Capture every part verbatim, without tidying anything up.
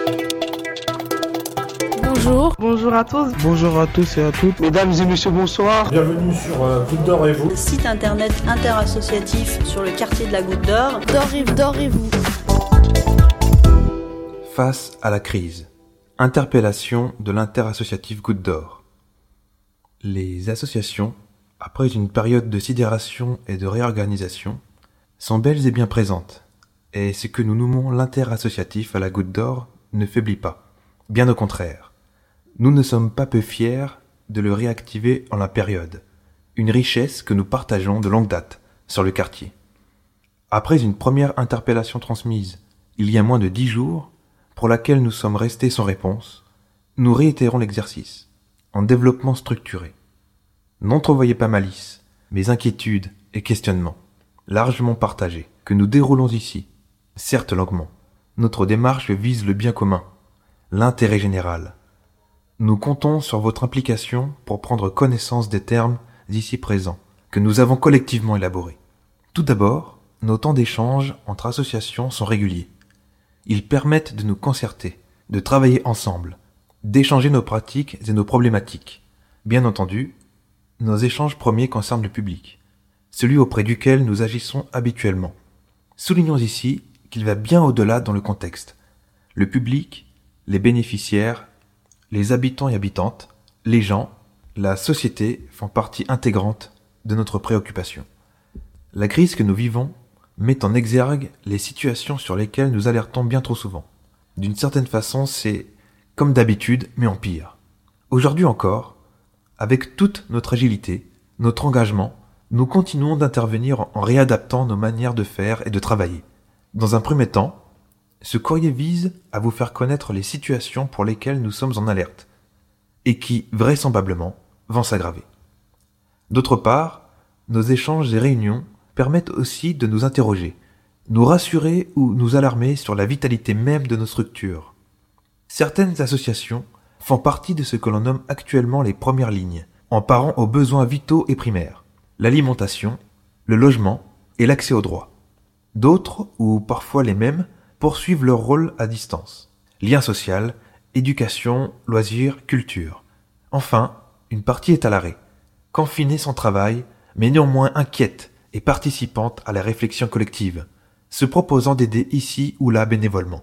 Bonjour. Bonjour à tous. Bonjour à tous et à toutes. Mesdames et messieurs, bonsoir. Bienvenue sur euh, Goutte d'Or et vous. Site internet interassociatif sur le quartier de la Goutte d'Or. D'Or et, d'Or et vous. Face à la crise. Interpellation de l'interassociatif Goutte d'Or. Les associations, après une période de sidération et de réorganisation, sont belles et bien présentes. Et ce que nous nommons l'interassociatif à la Goutte d'Or ne faiblit pas. Bien au contraire. Nous ne sommes pas peu fiers de le réactiver en la période, une richesse que nous partageons de longue date sur le quartier. Après une première interpellation transmise il y a moins de dix jours, pour laquelle nous sommes restés sans réponse, nous réitérons l'exercice, en développement structuré. N'entrevoyez pas malice, mais inquiétudes et questionnements, largement partagés, que nous déroulons ici, certes longuement. Notre démarche vise le bien commun, l'intérêt général. Nous comptons sur votre implication pour prendre connaissance des termes ici présents, que nous avons collectivement élaborés. Tout d'abord, nos temps d'échange entre associations sont réguliers. Ils permettent de nous concerter, de travailler ensemble, d'échanger nos pratiques et nos problématiques. Bien entendu, nos échanges premiers concernent le public, celui auprès duquel nous agissons habituellement. Soulignons ici qu'il va bien au-delà dans le contexte. Le public, les bénéficiaires, les habitants et habitantes, les gens, la société font partie intégrante de notre préoccupation. La crise que nous vivons met en exergue les situations sur lesquelles nous alertons bien trop souvent. D'une certaine façon, c'est comme d'habitude, mais en pire. Aujourd'hui encore, avec toute notre agilité, notre engagement, nous continuons d'intervenir en réadaptant nos manières de faire et de travailler. Dans un premier temps, ce courrier vise à vous faire connaître les situations pour lesquelles nous sommes en alerte et qui, vraisemblablement, vont s'aggraver. D'autre part, nos échanges et réunions permettent aussi de nous interroger, nous rassurer ou nous alarmer sur la vitalité même de nos structures. Certaines associations font partie de ce que l'on nomme actuellement les premières lignes, en parant aux besoins vitaux et primaires, l'alimentation, le logement et l'accès aux droits. D'autres, ou parfois les mêmes, poursuivent leur rôle à distance. Lien social, éducation, loisirs, culture. Enfin, une partie est à l'arrêt, confinée sans travail, mais néanmoins inquiète et participante à la réflexion collective, se proposant d'aider ici ou là bénévolement.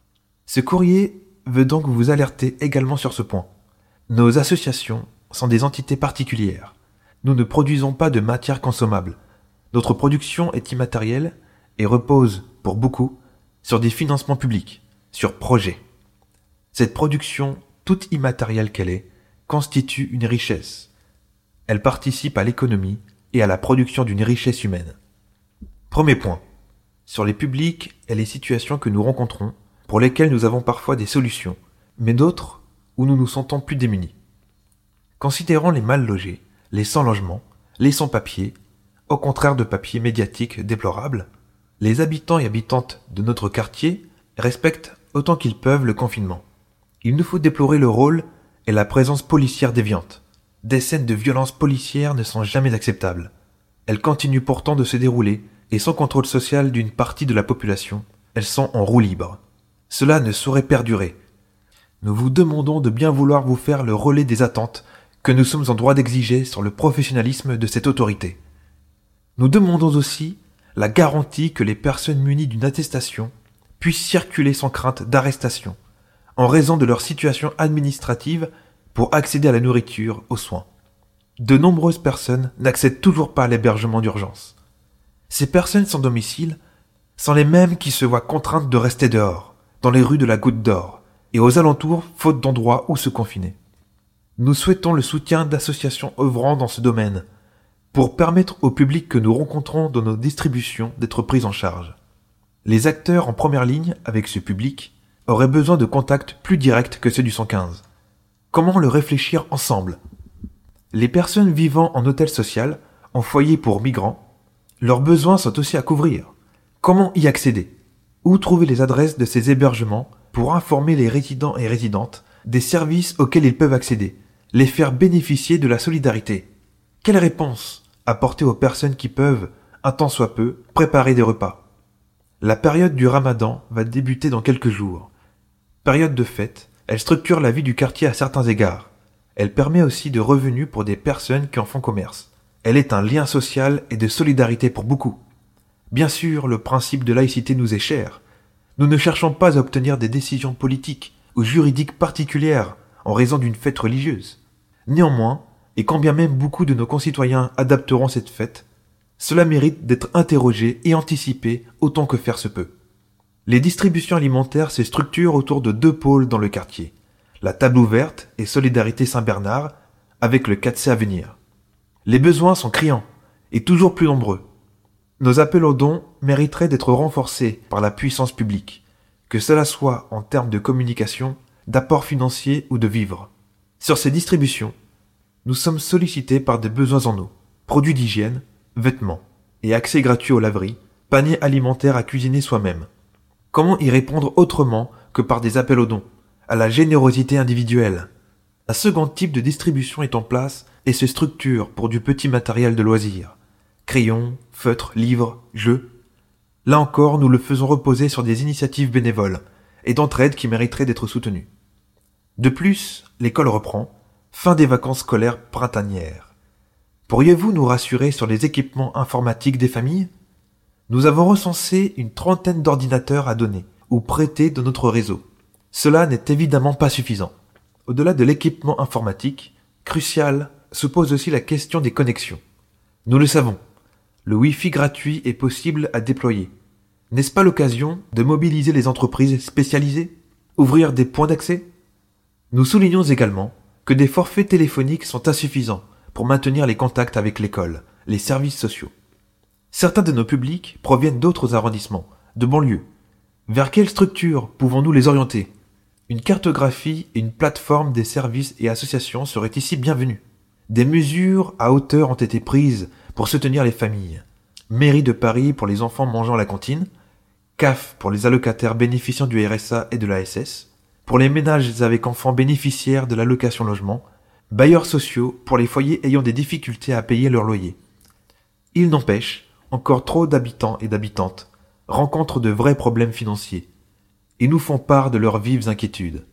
Ce courrier veut donc vous alerter également sur ce point. Nos associations sont des entités particulières. Nous ne produisons pas de matière consommable. Notre production est immatérielle et repose, pour beaucoup, sur des financements publics, sur projets. Cette production, toute immatérielle qu'elle est, constitue une richesse. Elle participe à l'économie et à la production d'une richesse humaine. Premier point. Sur les publics et les situations que nous rencontrons, pour lesquelles nous avons parfois des solutions, mais d'autres où nous nous sentons plus démunis. Considérons les mal logés, les sans logement, les sans papier, au contraire de papier médiatique déplorable, les habitants et habitantes de notre quartier respectent autant qu'ils peuvent le confinement. Il nous faut déplorer le rôle et la présence policière déviante. Des scènes de violence policière ne sont jamais acceptables. Elles continuent pourtant de se dérouler et sans contrôle social d'une partie de la population, elles sont en roue libre. Cela ne saurait perdurer. Nous vous demandons de bien vouloir vous faire le relais des attentes que nous sommes en droit d'exiger sur le professionnalisme de cette autorité. Nous demandons aussi la garantie que les personnes munies d'une attestation puissent circuler sans crainte d'arrestation, en raison de leur situation administrative pour accéder à la nourriture, aux soins. De nombreuses personnes n'accèdent toujours pas à l'hébergement d'urgence. Ces personnes sans domicile sont les mêmes qui se voient contraintes de rester dehors, dans les rues de la Goutte d'Or, et aux alentours, faute d'endroits où se confiner. Nous souhaitons le soutien d'associations œuvrant dans ce domaine, pour permettre au public que nous rencontrons dans nos distributions d'être pris en charge. Les acteurs en première ligne avec ce public auraient besoin de contacts plus directs que ceux du cent quinze. Comment le réfléchir ensemble ? Les personnes vivant en hôtel social, en foyer pour migrants, leurs besoins sont aussi à couvrir. Comment y accéder ? Où trouver les adresses de ces hébergements pour informer les résidents et résidentes des services auxquels ils peuvent accéder, les faire bénéficier de la solidarité ? Quelle réponse apporter aux personnes qui peuvent, un temps soit peu, préparer des repas ? La période du Ramadan va débuter dans quelques jours. Période de fête, elle structure la vie du quartier à certains égards. Elle permet aussi de revenus pour des personnes qui en font commerce. Elle est un lien social et de solidarité pour beaucoup. Bien sûr, le principe de laïcité nous est cher. Nous ne cherchons pas à obtenir des décisions politiques ou juridiques particulières en raison d'une fête religieuse. Néanmoins, et quand bien même beaucoup de nos concitoyens adapteront cette fête, cela mérite d'être interrogé et anticipé autant que faire se peut. Les distributions alimentaires se structurent autour de deux pôles dans le quartier, la table ouverte et Solidarité Saint-Bernard, avec le quatre C à venir. Les besoins sont criants et toujours plus nombreux. Nos appels aux dons mériteraient d'être renforcés par la puissance publique, que cela soit en termes de communication, d'apport financier ou de vivres. Sur ces distributions, nous sommes sollicités par des besoins en eau, produits d'hygiène, vêtements et accès gratuit aux laveries, paniers alimentaires à cuisiner soi-même. Comment y répondre autrement que par des appels aux dons, à la générosité individuelle? Un second type de distribution est en place et se structure pour du petit matériel de loisirs. Crayons, feutres, livres, jeux. Là encore, nous le faisons reposer sur des initiatives bénévoles et d'entraide qui mériteraient d'être soutenues. De plus, l'école reprend, fin des vacances scolaires printanières. Pourriez-vous nous rassurer sur les équipements informatiques des familles? Nous avons recensé une trentaine d'ordinateurs à donner ou prêter dans notre réseau. Cela n'est évidemment pas suffisant. Au-delà de l'équipement informatique, crucial se pose aussi la question des connexions. Nous le savons, le Wi-Fi gratuit est possible à déployer. N'est-ce pas l'occasion de mobiliser les entreprises spécialisées? Ouvrir des points d'accès? Nous soulignons également que des forfaits téléphoniques sont insuffisants pour maintenir les contacts avec l'école, les services sociaux. Certains de nos publics proviennent d'autres arrondissements, de banlieues. Vers quelle structure pouvons-nous les orienter? Une cartographie et une plateforme des services et associations seraient ici bienvenues. Des mesures à hauteur ont été prises pour soutenir les familles. Mairie de Paris pour les enfants mangeant à la cantine, C A F pour les allocataires bénéficiant du R S A et de l'A S S, pour les ménages avec enfants bénéficiaires de l'allocation logement, bailleurs sociaux pour les foyers ayant des difficultés à payer leur loyer. Il n'empêche, encore trop d'habitants et d'habitantes rencontrent de vrais problèmes financiers et nous font part de leurs vives inquiétudes.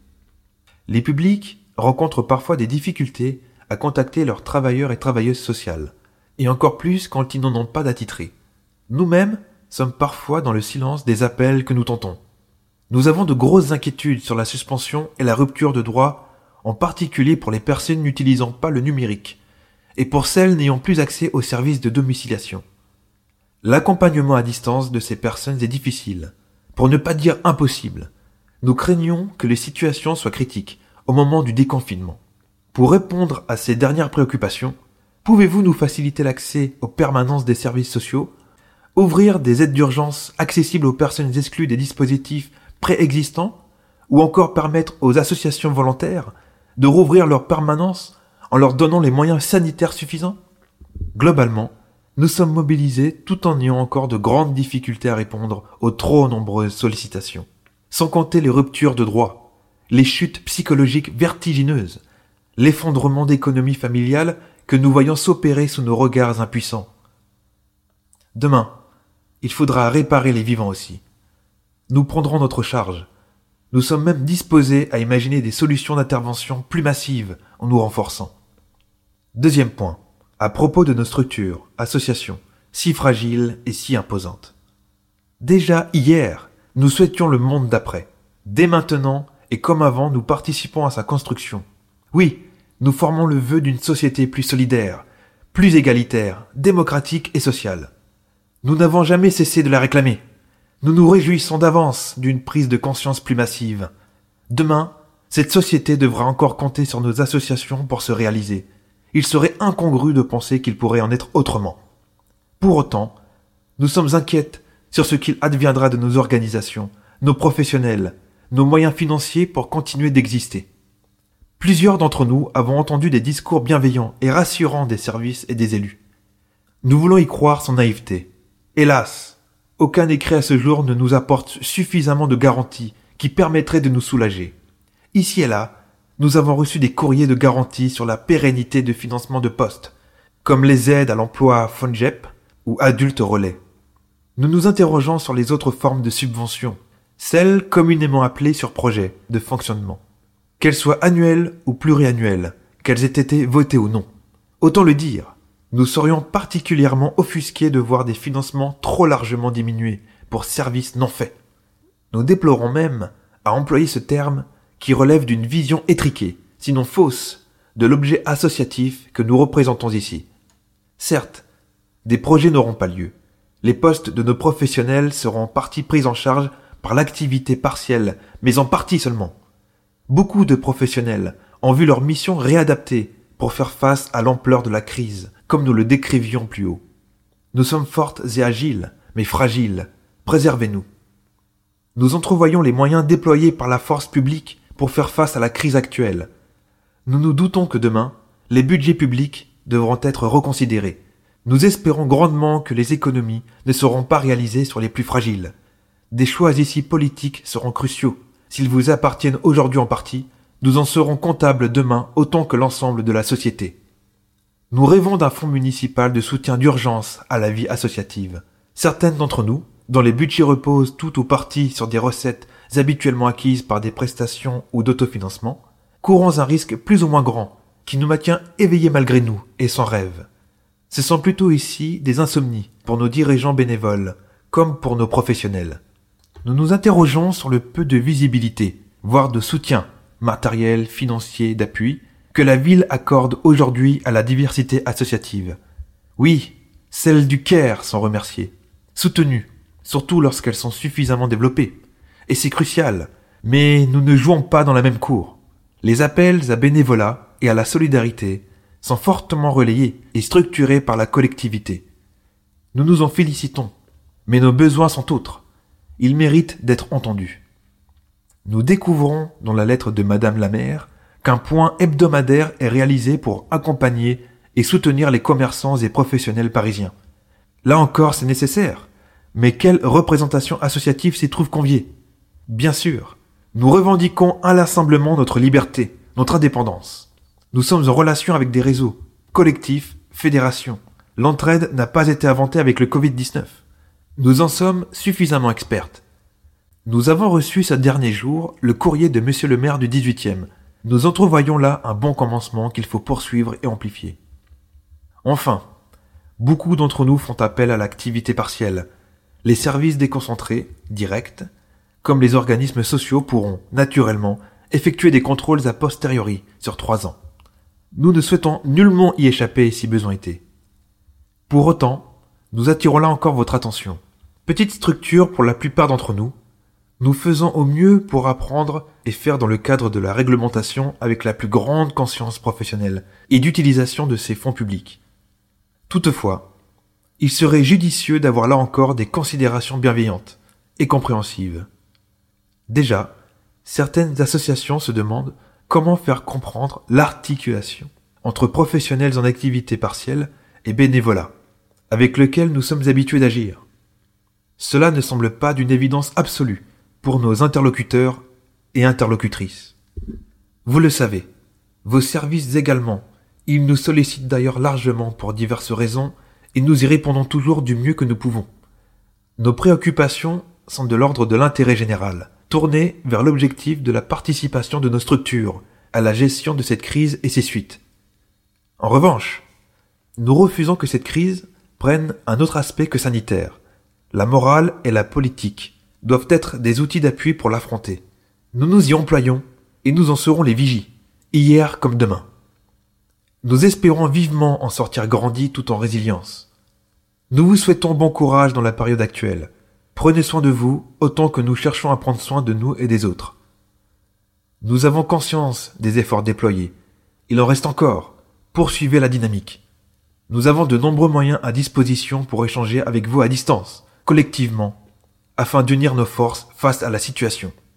Les publics rencontrent parfois des difficultés à contacter leurs travailleurs et travailleuses sociales, et encore plus quand ils n'en ont pas d'attitrés. Nous-mêmes sommes parfois dans le silence des appels que nous tentons. Nous avons de grosses inquiétudes sur la suspension et la rupture de droits, en particulier pour les personnes n'utilisant pas le numérique, et pour celles n'ayant plus accès aux services de domiciliation. L'accompagnement à distance de ces personnes est difficile, pour ne pas dire impossible. Nous craignons que les situations soient critiques au moment du déconfinement. Pour répondre à ces dernières préoccupations, pouvez-vous nous faciliter l'accès aux permanences des services sociaux, ouvrir des aides d'urgence accessibles aux personnes exclues des dispositifs préexistants, ou encore permettre aux associations volontaires de rouvrir leurs permanences en leur donnant les moyens sanitaires suffisants? Globalement, nous sommes mobilisés tout en ayant encore de grandes difficultés à répondre aux trop nombreuses sollicitations. Sans compter les ruptures de droits, les chutes psychologiques vertigineuses, l'effondrement d'économie familiale que nous voyons s'opérer sous nos regards impuissants. Demain, il faudra réparer les vivants aussi. Nous prendrons notre charge. Nous sommes même disposés à imaginer des solutions d'intervention plus massives en nous renforçant. Deuxième point, à propos de nos structures, associations, si fragiles et si imposantes. Déjà hier, nous souhaitions le monde d'après. Dès maintenant, et comme avant, nous participons à sa construction. Oui, nous formons le vœu d'une société plus solidaire, plus égalitaire, démocratique et sociale. Nous n'avons jamais cessé de la réclamer. Nous nous réjouissons d'avance d'une prise de conscience plus massive. Demain, cette société devra encore compter sur nos associations pour se réaliser. Il serait incongru de penser qu'il pourrait en être autrement. Pour autant, nous sommes inquiètes sur ce qu'il adviendra de nos organisations, nos professionnels, nos moyens financiers pour continuer d'exister. Plusieurs d'entre nous avons entendu des discours bienveillants et rassurants des services et des élus. Nous voulons y croire sans naïveté. Hélas, aucun écrit à ce jour ne nous apporte suffisamment de garanties qui permettraient de nous soulager. Ici et là, nous avons reçu des courriers de garantie sur la pérennité de financement de postes, comme les aides à l'emploi FONJEP ou Adultes Relais. Nous nous interrogeons sur les autres formes de subventions, celles communément appelées sur projet de fonctionnement. Qu'elles soient annuelles ou pluriannuelles, qu'elles aient été votées ou non. Autant le dire, nous serions particulièrement offusqués de voir des financements trop largement diminués pour services non faits. Nous déplorons même à employer ce terme qui relève d'une vision étriquée, sinon fausse, de l'objet associatif que nous représentons ici. Certes, des projets n'auront pas lieu. Les postes de nos professionnels seront en partie pris en charge par l'activité partielle, mais en partie seulement. Beaucoup de professionnels ont vu leur mission réadaptée pour faire face à l'ampleur de la crise, comme nous le décrivions plus haut. Nous sommes fortes et agiles, mais fragiles. Préservez-nous. Nous entrevoyons les moyens déployés par la force publique pour faire face à la crise actuelle. Nous nous doutons que demain, les budgets publics devront être reconsidérés. Nous espérons grandement que les économies ne seront pas réalisées sur les plus fragiles. Des choix ici politiques seront cruciaux. S'ils vous appartiennent aujourd'hui en partie, nous en serons comptables demain autant que l'ensemble de la société. Nous rêvons d'un fonds municipal de soutien d'urgence à la vie associative. Certaines d'entre nous, dont les budgets reposent tout ou partie sur des recettes habituellement acquises par des prestations ou d'autofinancement, courons un risque plus ou moins grand qui nous maintient éveillés malgré nous et sans rêve. Ce sont plutôt ici des insomnies pour nos dirigeants bénévoles comme pour nos professionnels. Nous nous interrogeons sur le peu de visibilité, voire de soutien, matériel, financier, d'appui, que la ville accorde aujourd'hui à la diversité associative. Oui, celles du Caire sont remerciées, soutenues, surtout lorsqu'elles sont suffisamment développées. Et c'est crucial, mais nous ne jouons pas dans la même cour. Les appels à bénévolat et à la solidarité sont fortement relayés et structurés par la collectivité. Nous nous en félicitons, mais nos besoins sont autres. Ils méritent d'être entendus. Nous découvrons dans la lettre de Madame la maire qu'un point hebdomadaire est réalisé pour accompagner et soutenir les commerçants et professionnels parisiens. Là encore, c'est nécessaire. Mais quelle représentation associative s'y trouve conviée? Bien sûr, nous revendiquons inlassablement notre liberté, notre indépendance. Nous sommes en relation avec des réseaux, collectifs, fédérations. L'entraide n'a pas été inventée avec le covid dix-neuf. Nous en sommes suffisamment expertes. Nous avons reçu ce dernier jour le courrier de Monsieur le maire du dix-huitième. Nous entrevoyons là un bon commencement qu'il faut poursuivre et amplifier. Enfin, beaucoup d'entre nous font appel à l'activité partielle. Les services déconcentrés, directs, comme les organismes sociaux pourront, naturellement, effectuer des contrôles a posteriori sur trois ans. Nous ne souhaitons nullement y échapper si besoin était. Pour autant, nous attirons là encore votre attention. Petite structure pour la plupart d'entre nous, nous faisons au mieux pour apprendre et faire dans le cadre de la réglementation avec la plus grande conscience professionnelle et d'utilisation de ces fonds publics. Toutefois, il serait judicieux d'avoir là encore des considérations bienveillantes et compréhensives. Déjà, certaines associations se demandent comment faire comprendre l'articulation entre professionnels en activité partielle et bénévolat, avec lequel nous sommes habitués d'agir. Cela ne semble pas d'une évidence absolue pour nos interlocuteurs et interlocutrices. Vous le savez, vos services également, ils nous sollicitent d'ailleurs largement pour diverses raisons et nous y répondons toujours du mieux que nous pouvons. Nos préoccupations sont de l'ordre de l'intérêt général, tournées vers l'objectif de la participation de nos structures à la gestion de cette crise et ses suites. En revanche, nous refusons que cette crise prenne un autre aspect que sanitaire. La morale et la politique doivent être des outils d'appui pour l'affronter. Nous nous y employons et nous en serons les vigies, hier comme demain. Nous espérons vivement en sortir grandis tout en résilience. Nous vous souhaitons bon courage dans la période actuelle. Prenez soin de vous autant que nous cherchons à prendre soin de nous et des autres. Nous avons conscience des efforts déployés. Il en reste encore. Poursuivez la dynamique. Nous avons de nombreux moyens à disposition pour échanger avec vous à distance, collectivement, afin d'unir nos forces face à la situation.